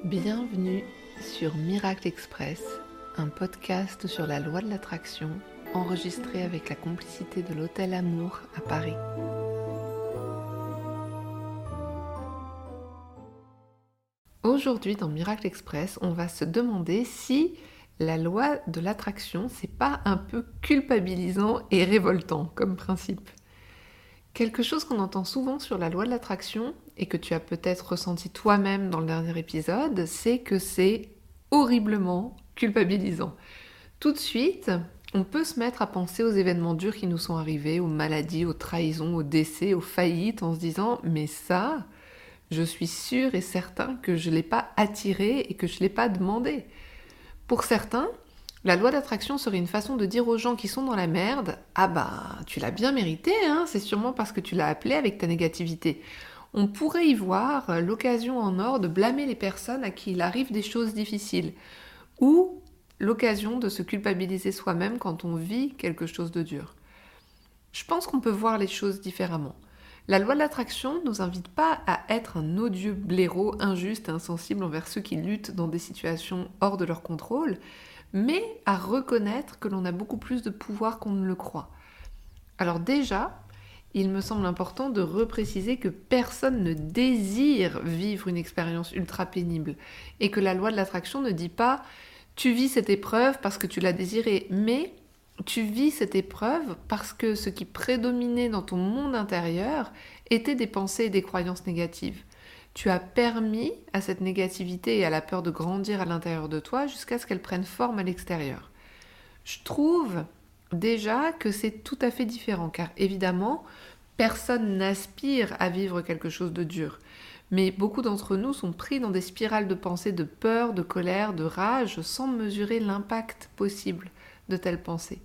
Bienvenue sur Miracle Express, un podcast sur la loi de l'attraction enregistré avec la complicité de l'Hôtel Amour à Paris. Aujourd'hui dans Miracle Express, on va se demander si la loi de l'attraction, c'est pas un peu culpabilisant et révoltant comme principe. Quelque chose qu'on entend souvent sur la loi de l'attraction et que tu as peut-être ressenti toi-même dans le dernier épisode, c'est que c'est horriblement culpabilisant. Tout de suite, on peut se mettre à penser aux événements durs qui nous sont arrivés, aux maladies, aux trahisons, aux décès, aux faillites, en se disant « mais ça, je suis sûr et certain que je ne l'ai pas attiré et que je ne l'ai pas demandé ». Pour certains, la loi d'attraction serait une façon de dire aux gens qui sont dans la merde « Ah bah, tu l'as bien mérité, hein, c'est sûrement parce que tu l'as appelé avec ta négativité ». On pourrait y voir l'occasion en or de blâmer les personnes à qui il arrive des choses difficiles, ou l'occasion de se culpabiliser soi-même quand on vit quelque chose de dur. Je pense qu'on peut voir les choses différemment. La loi de l'attraction ne nous invite pas à être un odieux blaireau injuste et insensible envers ceux qui luttent dans des situations hors de leur contrôle, mais à reconnaître que l'on a beaucoup plus de pouvoir qu'on ne le croit. Alors déjà, il me semble important de repréciser que personne ne désire vivre une expérience ultra pénible et que la loi de l'attraction ne dit pas « tu vis cette épreuve parce que tu l'as désirée », mais tu vis cette épreuve parce que ce qui prédominait dans ton monde intérieur étaient des pensées et des croyances négatives. Tu as permis à cette négativité et à la peur de grandir à l'intérieur de toi jusqu'à ce qu'elle prenne forme à l'extérieur. Je trouve déjà que c'est tout à fait différent, car évidemment, personne n'aspire à vivre quelque chose de dur. Mais beaucoup d'entre nous sont pris dans des spirales de pensée de peur, de colère, de rage, sans mesurer l'impact possible de telles pensées.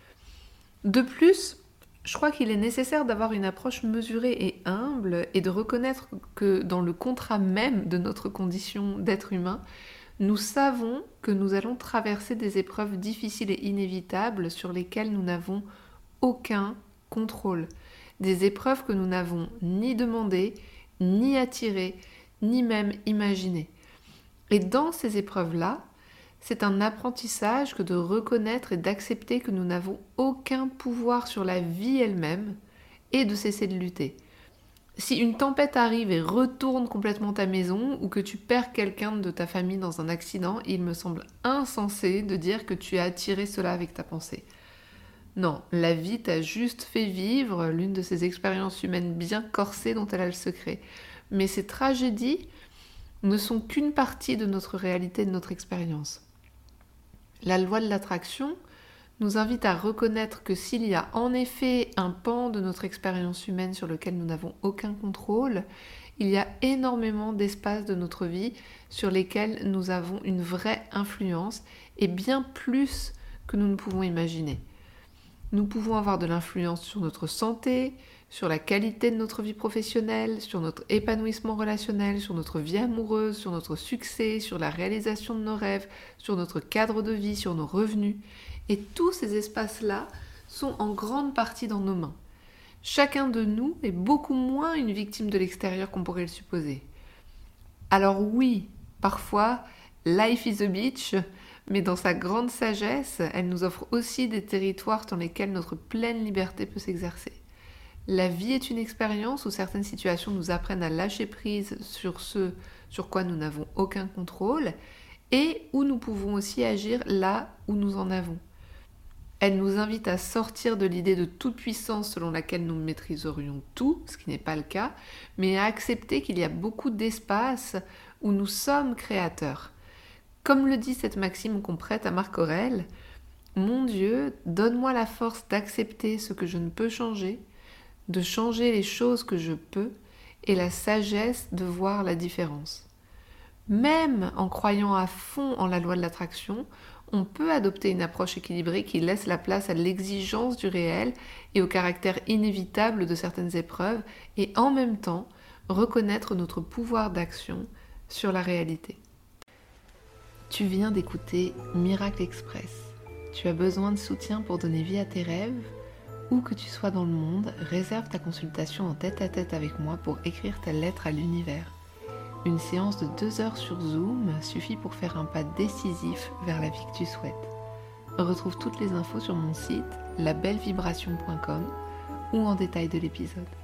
De plus, je crois qu'il est nécessaire d'avoir une approche mesurée et humble et de reconnaître que dans le contrat même de notre condition d'être humain, nous savons que nous allons traverser des épreuves difficiles et inévitables sur lesquelles nous n'avons aucun contrôle. Des épreuves que nous n'avons ni demandées, ni attirées, ni même imaginées. Et dans ces épreuves-là, c'est un apprentissage que de reconnaître et d'accepter que nous n'avons aucun pouvoir sur la vie elle-même et de cesser de lutter. Si une tempête arrive et retourne complètement ta maison ou que tu perds quelqu'un de ta famille dans un accident, il me semble insensé de dire que tu as attiré cela avec ta pensée. Non, la vie t'a juste fait vivre l'une de ces expériences humaines bien corsées dont elle a le secret. Mais ces tragédies ne sont qu'une partie de notre réalité, de notre expérience. La loi de l'attraction nous invite à reconnaître que s'il y a en effet un pan de notre expérience humaine sur lequel nous n'avons aucun contrôle, il y a énormément d'espaces de notre vie sur lesquels nous avons une vraie influence et bien plus que nous ne pouvons imaginer. Nous pouvons avoir de l'influence sur notre santé, sur la qualité de notre vie professionnelle, sur notre épanouissement relationnel, sur notre vie amoureuse, sur notre succès, sur la réalisation de nos rêves, sur notre cadre de vie, sur nos revenus. Et tous ces espaces-là sont en grande partie dans nos mains. Chacun de nous est beaucoup moins une victime de l'extérieur qu'on pourrait le supposer. Alors oui, parfois, life is a bitch, mais dans sa grande sagesse, elle nous offre aussi des territoires dans lesquels notre pleine liberté peut s'exercer. La vie est une expérience où certaines situations nous apprennent à lâcher prise sur ce sur quoi nous n'avons aucun contrôle et où nous pouvons aussi agir là où nous en avons. Elle nous invite à sortir de l'idée de toute puissance selon laquelle nous maîtriserions tout, ce qui n'est pas le cas, mais à accepter qu'il y a beaucoup d'espaces où nous sommes créateurs. Comme le dit cette maxime qu'on prête à Marc Aurèle, « Mon Dieu, donne-moi la force d'accepter ce que je ne peux changer, de changer les choses que je peux et la sagesse de voir la différence. » Même en croyant à fond en la loi de l'attraction, on peut adopter une approche équilibrée qui laisse la place à l'exigence du réel et au caractère inévitable de certaines épreuves et en même temps reconnaître notre pouvoir d'action sur la réalité. Tu viens d'écouter Miracle Express. Tu as besoin de soutien pour donner vie à tes rêves ? Où que tu sois dans le monde, réserve ta consultation en tête-à-tête avec moi pour écrire ta lettre à l'univers. Une séance de 2 heures sur Zoom suffit pour faire un pas décisif vers la vie que tu souhaites. Retrouve toutes les infos sur mon site labellevibration.com ou en détail de l'épisode.